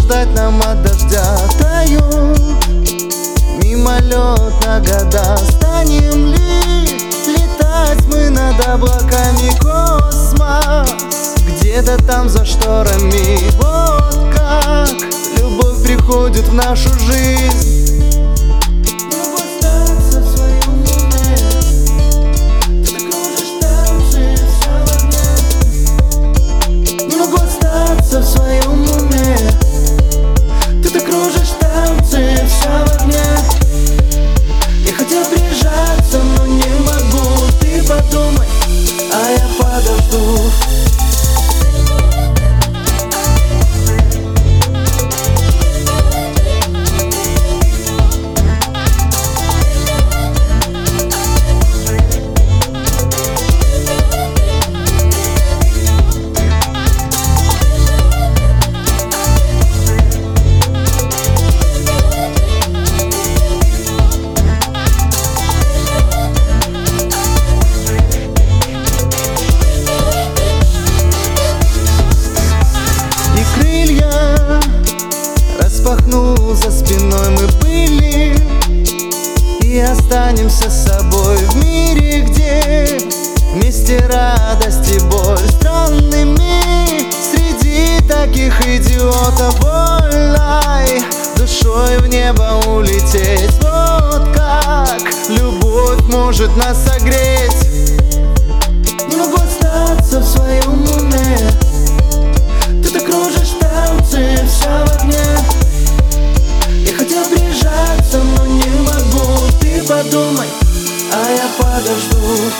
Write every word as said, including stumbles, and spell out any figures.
ждать нам от дождя? Тают мимолетно года. Станем ли летать мы над облаками? Космос где-то там за шторами. Вот как любовь приходит в нашу жизнь. В своем уме ты так кружишь танцы, вся в огне. Я хотел прижаться, но не могу. Ты подумай, а я подожду. Распахнул за спиной, мы были и останемся с собой в мире, где вместе радость и боль. Странными среди таких идиотов, вольной душой в небо улететь. Вот как любовь может нас согреть. Не могу остаться в своем уме. Ты так кружишь танцы, вся в огне. Я хотел прижаться, но не могу. Ты подумай, а я подожду.